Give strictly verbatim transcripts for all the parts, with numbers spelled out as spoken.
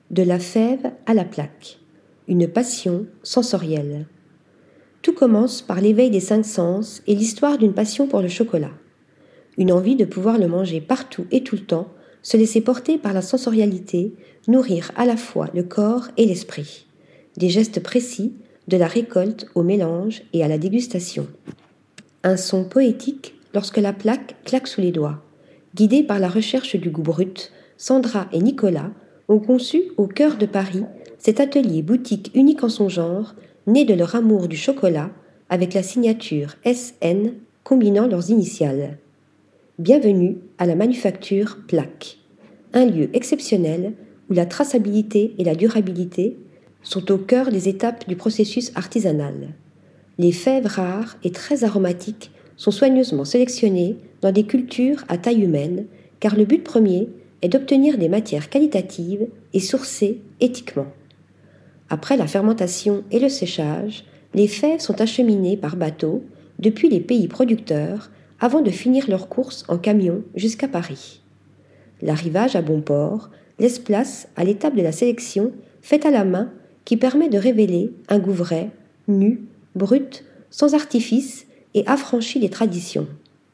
De la fève à la plaque. Une passion sensorielle. Tout commence par l'éveil des cinq sens et l'histoire d'une passion pour le chocolat. Une envie de pouvoir le manger partout et tout le temps, se laisser porter par la sensorialité, nourrir à la fois le corps et l'esprit. Des gestes précis, de la récolte au mélange et à la dégustation. Un son poétique lorsque la plaque claque sous les doigts. Guidés par la recherche du goût brut, Sandra et Nicolas ont conçu au cœur de Paris cet atelier boutique unique en son genre, né de leur amour du chocolat, avec la signature S N combinant leurs initiales. Bienvenue à la manufacture Plaque, un lieu exceptionnel où la traçabilité et la durabilité sont au cœur des étapes du processus artisanal. Les fèves rares et très aromatiques sont soigneusement sélectionnées dans des cultures à taille humaine, car le but premier est d'obtenir des matières qualitatives et sourcées éthiquement. Après la fermentation et le séchage, les fèves sont acheminées par bateau depuis les pays producteurs avant de finir leur course en camion jusqu'à Paris. L'arrivage à bon port laisse place à l'étape de la sélection faite à la main qui permet de révéler un goût vrai, nu, brut, sans artifice et affranchi des traditions.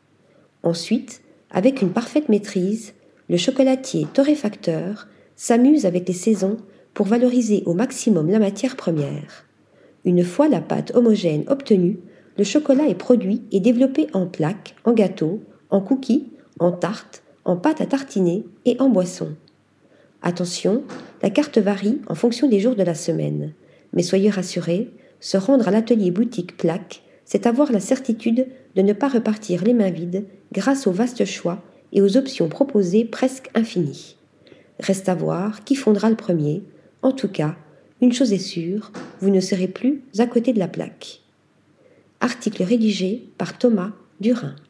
Ensuite, avec une parfaite maîtrise, le chocolatier torréfacteur s'amuse avec les saisons pour valoriser au maximum la matière première. Une fois la pâte homogène obtenue, le chocolat est produit et développé en plaques, en gâteaux, en cookies, en tartes, en pâte à tartiner et en boissons. Attention, la carte varie en fonction des jours de la semaine, mais soyez rassurés, se rendre à l'atelier boutique Plaque, c'est avoir la certitude de ne pas repartir les mains vides grâce au vaste choix et aux options proposées presque infinies. Reste à voir qui fondra le premier. En tout cas, une chose est sûre, vous ne serez plus à côté de la plaque. Article rédigé par Thomas Durin.